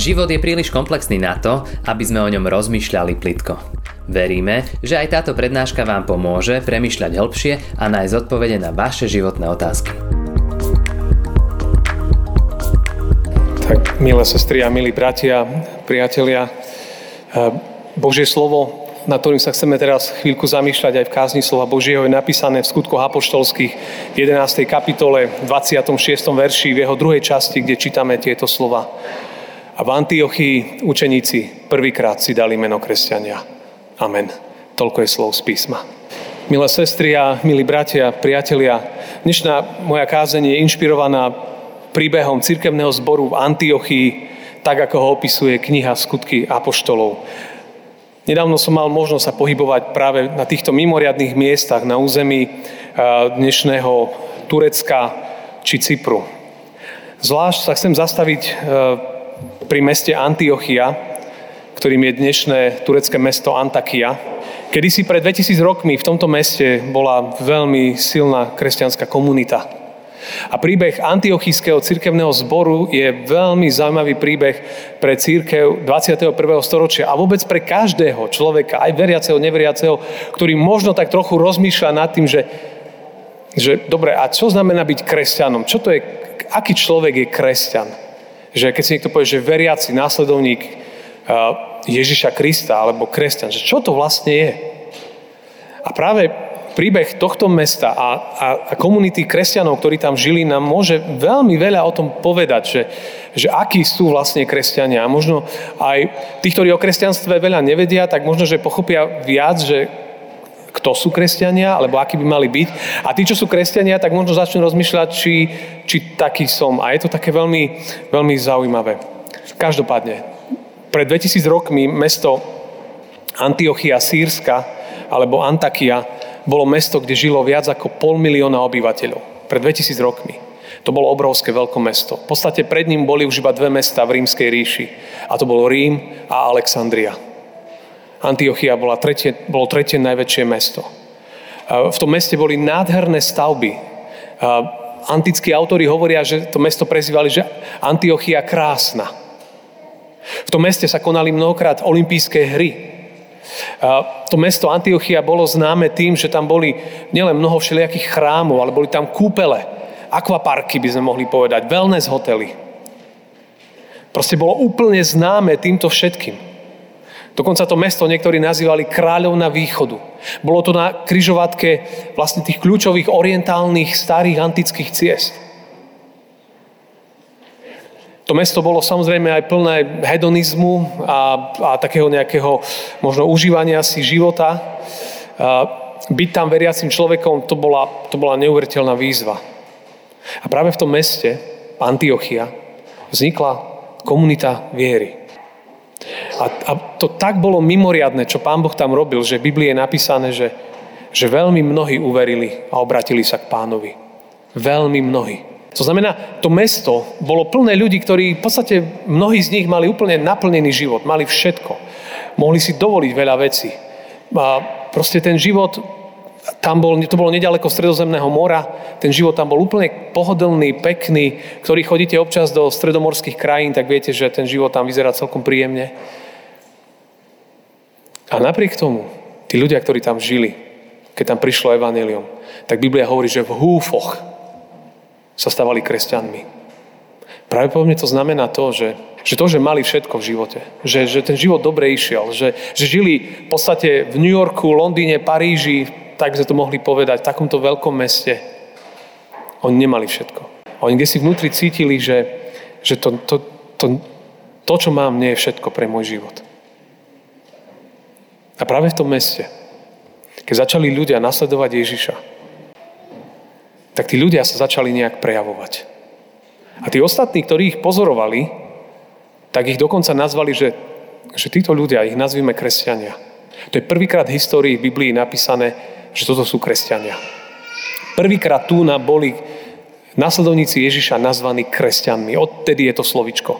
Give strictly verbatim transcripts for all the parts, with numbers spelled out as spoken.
Život je príliš komplexný na to, aby sme o ňom rozmýšľali plitko. Veríme, že aj táto prednáška vám pomôže premýšľať hĺbšie a nájsť odpovede na vaše životné otázky. Tak, milé sestry a milí bratia, priatelia, Božie slovo, na ktorým sa chceme teraz chvíľku zamýšľať aj v kázni slova Božieho, je napísané v Skutkoch apoštolských v jedenástej kapitole, dvadsiatom šiestom verši, v jeho druhej časti, kde čítame tieto slova. A v Antiochii učeníci prvýkrát si dali meno kresťania. Amen. Toľko je slov z písma. Milé sestry a milí bratia, priatelia, dnešná moja kázeň je inšpirovaná príbehom cirkevného zboru v Antiochii, tak ako ho opisuje kniha Skutky apoštolov. Nedávno som mal možnosť sa pohybovať práve na týchto mimoriadnych miestach na území dnešného Turecka či Cypru. Zvlášť sa chcem zastaviť pri meste Antiochia, ktorým je dnešné turecké mesto Antakya. Kedysi pred dvetisíc rokmi v tomto meste bola veľmi silná kresťanská komunita. A príbeh antiochijského cirkevného zboru je veľmi zaujímavý príbeh pre cirkev dvadsiateho prvého storočia a vôbec pre každého človeka, aj veriaceho, neveriaceho, ktorý možno tak trochu rozmýšľa nad tým, že, že dobre, a čo znamená byť kresťanom? Čo to je, aký človek je kresťan? Že keď si niekto povie, že veriaci, následovník Ježiša Krista alebo kresťan, že čo to vlastne je? A práve príbeh tohto mesta a, a, a komunity kresťanov, ktorí tam žili, nám môže veľmi veľa o tom povedať, že, že akí sú vlastne kresťania. A možno aj tí, ktorí o kresťanstve veľa nevedia, tak možno, že pochopia viac, že kto sú kresťania, alebo akí by mali byť. A tí, čo sú kresťania, tak možno začnú rozmýšľať, či, či taký som. A je to také veľmi, veľmi zaujímavé. Každopádne, pred dvetisíc rokmi mesto Antiochia Sýrska alebo Antakya bolo mesto, kde žilo viac ako pol milióna obyvateľov. Pred dvetisíc rokmi. To bolo obrovské veľké mesto. V podstate pred ním boli už iba dve mestá v rímskej ríši. A to bolo Rím a Alexandria. Antiochia bola tretie, bolo tretie najväčšie mesto. V tom meste boli nádherné stavby. Antickí autori hovoria, že to mesto prezývali, že Antiochia krásna. V tom meste sa konali mnohokrát olympijské hry. To mesto Antiochia bolo známe tým, že tam boli nielen mnoho všelijakých chrámov, ale boli tam kúpele, akvaparky by sme mohli povedať, wellness hotely. Proste bolo úplne známe týmto všetkým. Dokonca to mesto niektorí nazývali kráľovna východu. Bolo to na križovatke vlastne tých kľúčových orientálnych starých antických ciest. To mesto bolo samozrejme aj plné hedonizmu a, a takého nejakého možno užívania si života. A byť tam veriacim človekom, to bola, to bola neuveriteľná výzva. A práve v tom meste, Antiochia, vznikla komunita viery. A, a to tak bolo mimoriadne, čo Pán Boh tam robil, že v Biblii je napísané, že, že veľmi mnohí uverili a obratili sa k Pánovi. Veľmi mnohí. To znamená, to mesto bolo plné ľudí, ktorí v podstate mnohí z nich mali úplne naplnený život, mali všetko. Mohli si dovoliť veľa vecí. A proste ten život, tam bol, to bolo nedaleko Stredozemného mora, ten život tam bol úplne pohodlný, pekný, ktorý chodíte občas do stredomorských krajín, tak viete, že ten život tam vyzerá celkom príjemne. A napriek tomu, tí ľudia, ktorí tam žili, keď tam prišlo evanjelium, tak Biblia hovorí, že v húfoch sa stávali kresťanmi. Práve po mne to znamená to, že, že to, že mali všetko v živote, že, že ten život dobre išiel, že, že žili v podstate v New Yorku, Londýne, Paríži, tak sme to mohli povedať, v takomto veľkom meste. Oni nemali všetko. Oni kde si vnútri cítili, že, že to, to, to, to, čo mám, nie je všetko pre môj život. A práve v tom meste, keď začali ľudia nasledovať Ježiša, tak tí ľudia sa začali nejak prejavovať. A tí ostatní, ktorí ich pozorovali, tak ich dokonca nazvali, že, že títo ľudia, ich nazvime kresťania. To je prvýkrát v histórii v Biblii napísané, že toto sú kresťania. Prvýkrát tu boli nasledovníci Ježiša nazvaní kresťanmi. Odtedy je to slovičko.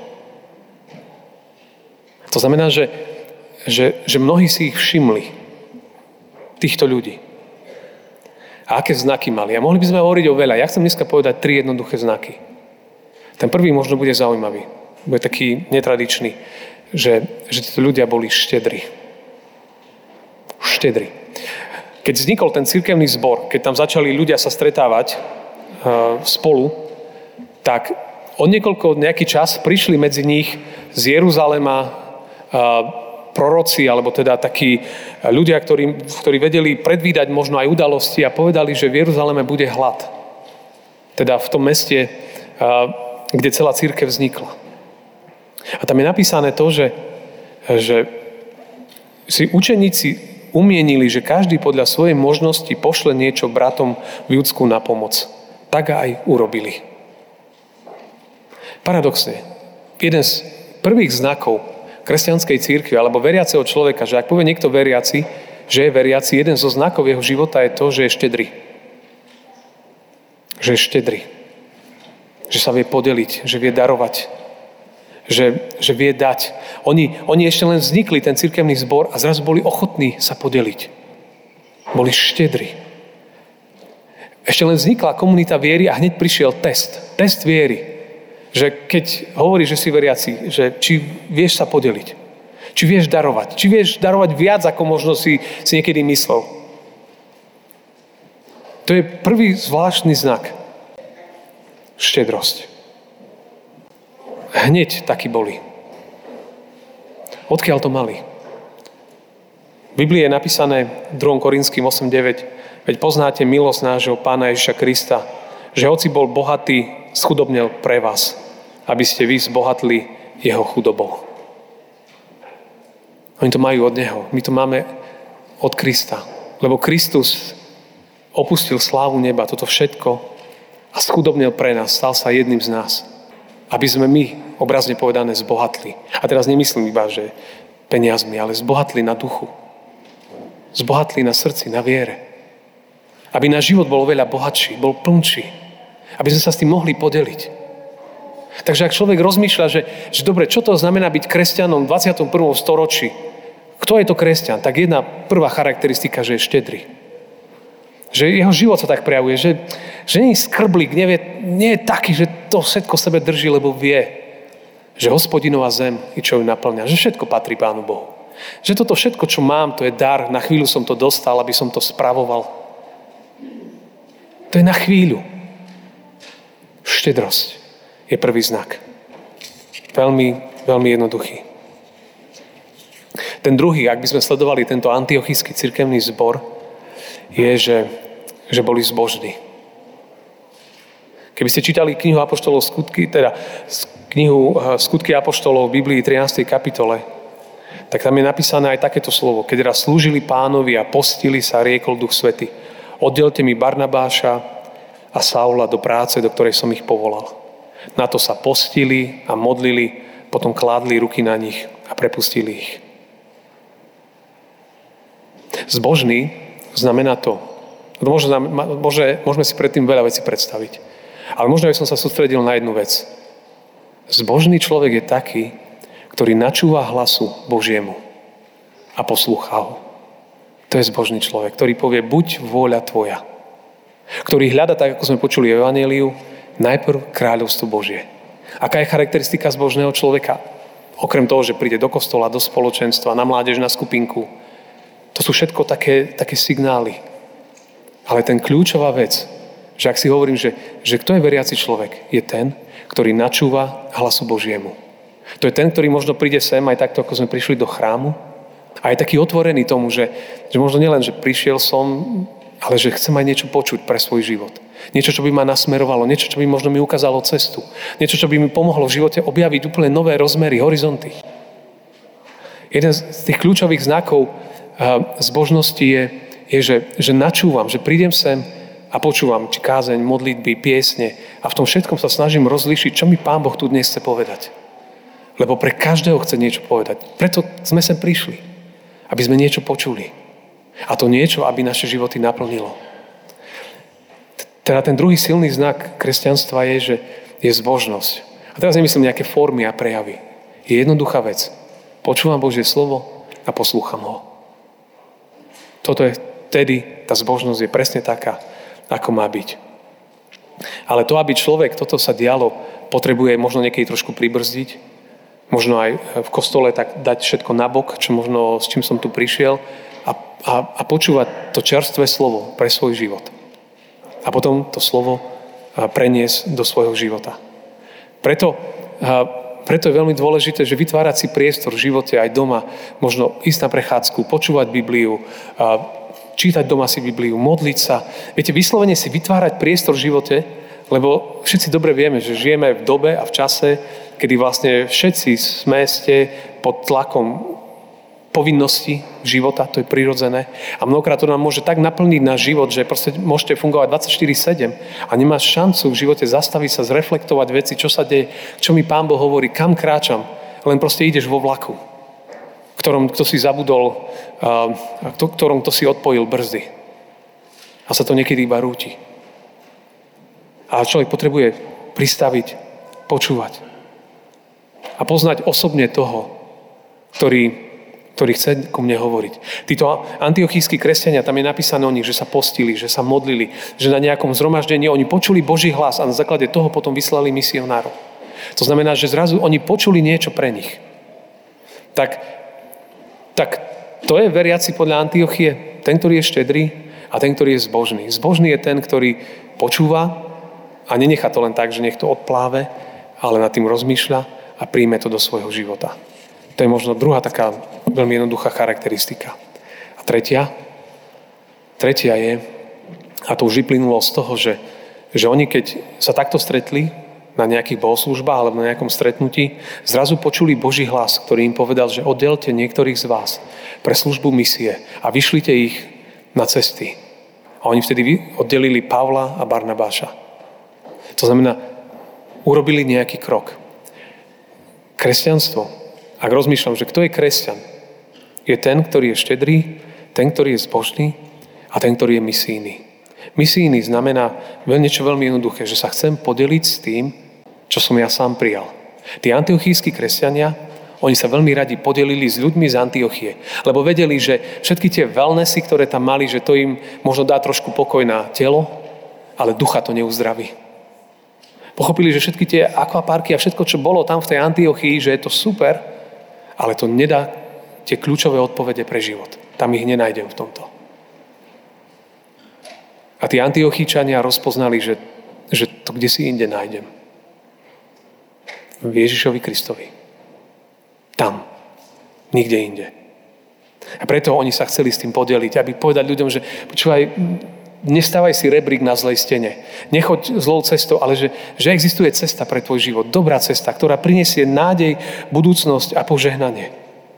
To znamená, že, že, že mnohí si ich všimli. Týchto ľudí. A aké znaky mali? A mohli by sme hovoriť o veľa. Ja chcem dneska povedať tri jednoduché znaky. Ten prvý možno bude zaujímavý. bude taký netradičný, že, že títo ľudia boli štedrí. Štedrí. Keď vznikol ten cirkevný zbor, keď tam začali ľudia sa stretávať uh, spolu, tak od niekoľko nejaký čas prišli medzi nich z Jeruzalema uh, proroci, alebo teda takí ľudia, ktorí, ktorí vedeli predvídať možno aj udalosti a povedali, že v Jeruzaleme bude hlad. Teda v tom meste, kde celá cirkev vznikla. A tam je napísané to, že, že si učeníci umienili, že každý podľa svojej možnosti pošle niečo bratom v Judsku na pomoc. Tak aj urobili. Paradoxne, jeden z prvých znakov kresťanskej cirkvi alebo veriaceho človeka, že ak povie niekto veriaci, že je veriaci, jeden zo znakov jeho života je to, že je štedrý. Že je štedrý. Že sa vie podeliť, že vie darovať, že, že vie dať. Oni, oni ešte len vznikli, ten cirkevný zbor, a zrazu boli ochotní sa podeliť. Boli štedrí. Ešte len vznikla komunita viery a hneď prišiel test. Test viery. Že keď hovoríš, že si veriaci, že či vieš sa podeliť, či vieš darovať, či vieš darovať viac, ako možno si, si niekedy myslel. To je prvý zvláštny znak. Štedrosť. Hneď takí boli. Odkiaľ to mali? V Biblii je napísané v druhom Korinským osem deväť: veď poznáte milosť nášho Pána Ježiša Krista, že hoci bol bohatý, schudobnel pre vás, aby ste vy zbohatli jeho chudobou. Oni to majú od neho. My to máme od Krista. Lebo Kristus opustil slávu neba, toto všetko, a schudobnel pre nás, stal sa jedným z nás. Aby sme my, obrazne povedané, zbohatli. A teraz nemyslím iba, že peniazmi, ale zbohatli na duchu. Zbohatli na srdci, na viere. Aby náš život bol oveľa bohatší, bol plnší. Aby sme sa s tým mohli podeliť. Takže ak človek rozmýšľa, že, že dobre, čo to znamená byť kresťanom v dvadsiatom prvom storočí? Kto je to kresťan? Tak jedna prvá charakteristika, že je štedrý. Že jeho život sa tak prejavuje, že, že nie je skrblík, nevie, nie je taký, že to všetko sebe drží, lebo vie, že Hospodinová zem i čo ju naplňa, že všetko patrí Pánu Bohu. Že toto všetko, čo mám, to je dar, na chvíľu som to dostal, aby som to spravoval. To je na chvíľu. Štedrosť je prvý znak. Veľmi, veľmi jednoduchý. Ten druhý, ak by sme sledovali tento antiochijský cirkevný zbor, je, že, že boli zbožní. Keby ste čítali knihu Apoštolov skutky, teda knihu Skutky Apoštolov v Biblii trinástej kapitole, tak tam je napísané aj takéto slovo. Keď raz slúžili Pánovi a postili sa, riekol Duch Svätý: oddelte mi Barnabáša a Saula do práce, do ktorej som ich povolal. Na to sa postili a modlili, potom kládli ruky na nich a prepustili ich. Zbožný znamená to. Môže, môže, môžeme si predtým veľa vecí predstaviť. Ale možno by som sa sústredil na jednu vec. Zbožný človek je taký, ktorý načúva hlasu Božiemu a poslúcha ho. To je zbožný človek, ktorý povie: buď vôľa tvoja. Ktorý hľada, tak ako sme počuli v Evanjeliu, najprv kráľovstvo Božie. Aká je charakteristika zbožného človeka? Okrem toho, že príde do kostola, do spoločenstva, na mládež, na skupinku. To sú všetko také, také signály. Ale ten kľúčová vec, že ak si hovorím, že, že kto je veriaci človek, je ten, ktorý načúva hlasu Božiemu. To je ten, ktorý možno príde sem aj takto, ako sme prišli do chrámu, a je taký otvorený tomu, že, že možno nielen, že prišiel som, ale že chcem aj niečo počuť pre svoj život. Niečo, čo by ma nasmerovalo, niečo, čo by možno mi ukázalo cestu. Niečo, čo by mi pomohlo v živote objaviť úplne nové rozmery, horizonty. Jeden z tých kľúčových znakov zbožnosti je, je že, že načúvam, že prídem sem a počúvam, či kázeň, modlitby, piesne, a v tom všetkom sa snažím rozlíšiť, čo mi Pán Boh tu dnes chce povedať. Lebo pre každého chce niečo povedať. Preto sme sem prišli, aby sme niečo počuli. A to niečo, aby naše životy naplnilo. Teda ten druhý silný znak kresťanstva je, že je zbožnosť. A teraz nemyslím nejaké formy a prejavy. Je jednoduchá vec. Počúvam Božie slovo a poslúcham ho. Toto je vtedy, tá zbožnosť je presne taká, ako má byť. Ale to, aby človek toto sa dialo, potrebuje možno niekedy trošku pribrzdiť, možno aj v kostole tak dať všetko nabok, čo možno s čím som tu prišiel a, a, a počúvať to čerstvé slovo pre svoj život. A potom to slovo preniesť do svojho života. Preto, preto je veľmi dôležité, že vytvárať si priestor v živote aj doma, možno ísť na prechádzku, počúvať Bibliu, čítať doma si Bibliu, modliť sa. Viete, vyslovene si vytvárať priestor v živote, lebo všetci dobre vieme, že žijeme v dobe a v čase, kedy vlastne všetci sme ste pod tlakom povinnosti života, to je prirodzené. A mnohokrát to nám môže tak naplniť náš život, že proste môžete fungovať dvadsaťštyri sedem a nemáš šancu v živote zastaviť sa, zreflektovať veci, čo sa deje, čo mi Pán Boh hovorí, kam kráčam. Len proste ideš vo vlaku, ktorom kto si zabudol, a ktorom kto si odpojil brzdy. A sa to niekedy iba rúti. A človek potrebuje pristaviť, počúvať. A poznať osobne toho, ktorý ktorý chce ku mne hovoriť. Títo antiochíski kresťania, tam je napísané o nich, že sa postili, že sa modlili, že na nejakom zhromaždení oni počuli Boží hlas a na základe toho potom vyslali misionárov. To znamená, že zrazu oni počuli niečo pre nich. Tak, tak to je veriaci podľa Antiochie, ten, ktorý je štedrý a ten, ktorý je zbožný. Zbožný je ten, ktorý počúva a nenechá to len tak, že nech to odpláve, ale nad tým rozmýšľa a príjme to do svojho života. To je možno druhá taká veľmi jednoduchá charakteristika. A tretia? Tretia je, a to už vyplynulo z toho, že, že oni keď sa takto stretli na nejakých bohoslúžbách alebo na nejakom stretnutí, zrazu počuli Boží hlas, ktorý im povedal, že oddelte niektorých z vás pre službu misie a vyšlite ich na cesty. A oni vtedy oddelili Pavla a Barnabáša. To znamená, urobili nejaký krok. Kresťanstvo, ak rozmýšľam, že kto je kresťan, je ten, ktorý je štedrý, ten, ktorý je zbožný a ten, ktorý je misijný. Misijný znamená niečo veľmi jednoduché, že sa chcem podeliť s tým, čo som ja sám prijal. Tí antiochíski kresťania, oni sa veľmi radi podelili s ľuďmi z Antiochie, lebo vedeli, že všetky tie wellnessy, ktoré tam mali, že to im možno dá trošku pokoj na telo, ale ducha to neuzdraví. Pochopili, že všetky tie akvaparky a všetko, čo bolo tam v tej Antiochii, že je to super, ale to nedá tie kľúčové odpovede pre život. Tam ich nenájdem v tomto. A tí Antiochíčania rozpoznali, že, že to kde si inde nájdem. V Ježišovi Kristovi. Tam. Nikde inde. A preto oni sa chceli s tým podeliť, aby povedať ľuďom, že počúvaj, nestávaj si rebrík na zlej stene. Nechoď zlou cestou, ale že, že existuje cesta pre tvoj život. Dobrá cesta, ktorá prinesie nádej, budúcnosť a požehnanie.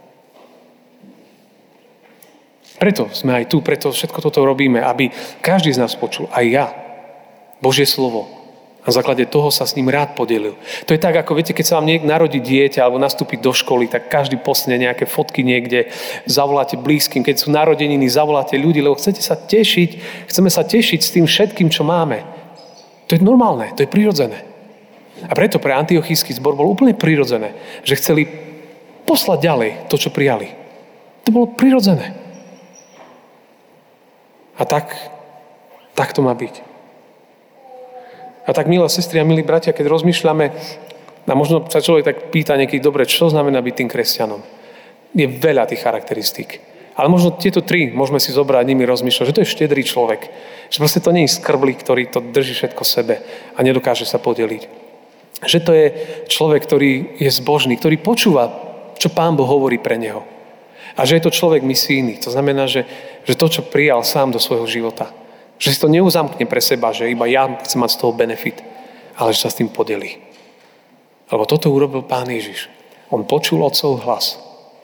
Preto sme aj tu, preto všetko toto robíme, aby každý z nás počul, aj ja, Božie slovo. Na základe toho sa s ním rád podelil. To je tak, ako viete, keď sa vám niekto narodí dieťa alebo nastúpiť do školy, tak každý posne nejaké fotky niekde, zavoláte blízkym, keď sú narodeniny, zavoláte ľudí, lebo chcete sa tešiť, chceme sa tešiť s tým všetkým, čo máme. To je normálne, to je prirodzené. A preto pre antiochísky zbor bolo úplne prirodzené, že chceli poslať ďalej to, čo prijali. To bolo prirodzené. A tak, tak to má byť. A tak, milé sestry a milí bratia, keď rozmýšľame, a možno sa človek tak pýta niekedy, dobre, čo znamená byť tým kresťanom? Je veľa tých charakteristík. Ale možno tieto tri môžeme si zobrať, nimi rozmýšľať, že to je štedrý človek. Že proste to nie je skrblík, ktorý to drží všetko sebe a nedokáže sa podeliť. Že to je človek, ktorý je zbožný, ktorý počúva, čo Pán Boh hovorí pre neho. A že je to človek misijný. To znamená, že, že to, čo prijal sám do svojho života, že si to neuzamkne pre seba, že iba ja chcem mať z toho benefit, ale že sa s tým podelí. Lebo toto urobil Pán Ježiš. On počul Otcov hlas.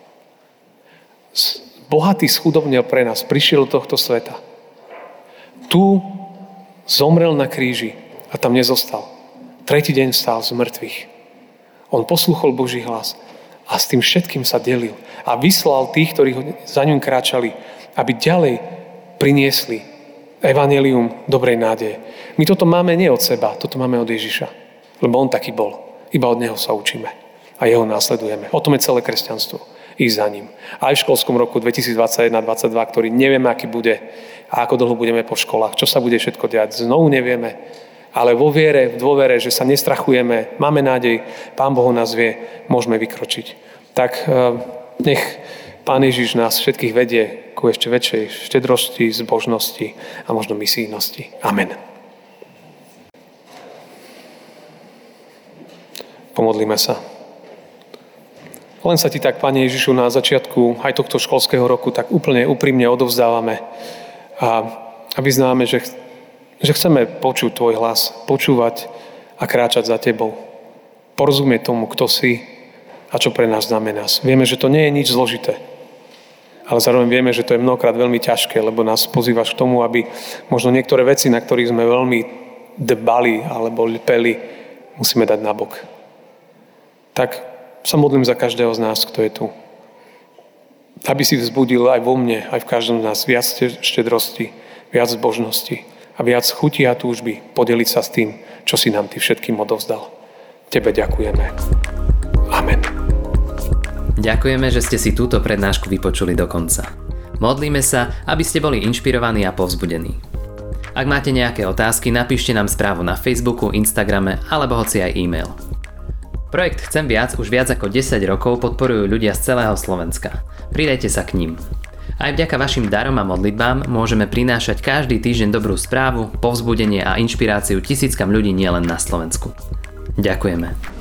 Bohatý schudobnil pre nás, prišiel do tohto sveta. Tu zomrel na kríži a tam nezostal. Tretí deň vstal z mŕtvych. On poslúchol Boží hlas a s tým všetkým sa delil. A vyslal tých, ktorí za ňom kráčali, aby ďalej priniesli evanjelium dobrej nádeje. My toto máme nie od seba, toto máme od Ježiša. Lebo on taký bol. Iba od neho sa učíme. A jeho následujeme. O tom je celé kresťanstvo. Ísť za ním. Aj v školskom roku dvetisícdvadsaťjeden dvadsaťdva, ktorý nevieme, aký bude a ako dlho budeme po školách, čo sa bude všetko diať, znovu nevieme. Ale vo viere, v dôvere, že sa nestrachujeme, máme nádej, Pán Boh nás vie, môžeme vykročiť. Tak nech Pán Ježiš nás všetkých vedie ku ešte väčšej štedrosti, zbožnosti a možno misijnosti. Amen. Pomodlíme sa. Len sa ti tak, Pane Ježišu, na začiatku aj tohto školského roku tak úplne úprimne odovzdávame a, a vyznáme, že, že chceme počuť tvoj hlas, počúvať a kráčať za tebou. Porozumieť tomu, kto si a čo pre nás znamená. Vieme, že to nie je nič zložité, ale zároveň vieme, že to je mnohokrát veľmi ťažké, lebo nás pozývaš k tomu, aby možno niektoré veci, na ktorých sme veľmi dbali alebo lpeli, musíme dať nabok. Tak sa modlím za každého z nás, kto je tu. Aby si vzbudil aj vo mne, aj v každom z nás viac štedrosti, viac zbožnosti a viac chuti a túžby podeliť sa s tým, čo si nám ty všetkým odovzdal. Tebe ďakujeme. Amen. Ďakujeme, že ste si túto prednášku vypočuli do konca. Modlíme sa, aby ste boli inšpirovaní a povzbudení. Ak máte nejaké otázky, napíšte nám správu na Facebooku, Instagrame alebo hoci aj e-mail. Projekt Chcem viac už viac ako desať rokov podporujú ľudia z celého Slovenska. Pridajte sa k ním. Aj vďaka vašim darom a modlitbám môžeme prinášať každý týždeň dobrú správu, povzbudenie a inšpiráciu tisíckam ľudí nielen na Slovensku. Ďakujeme.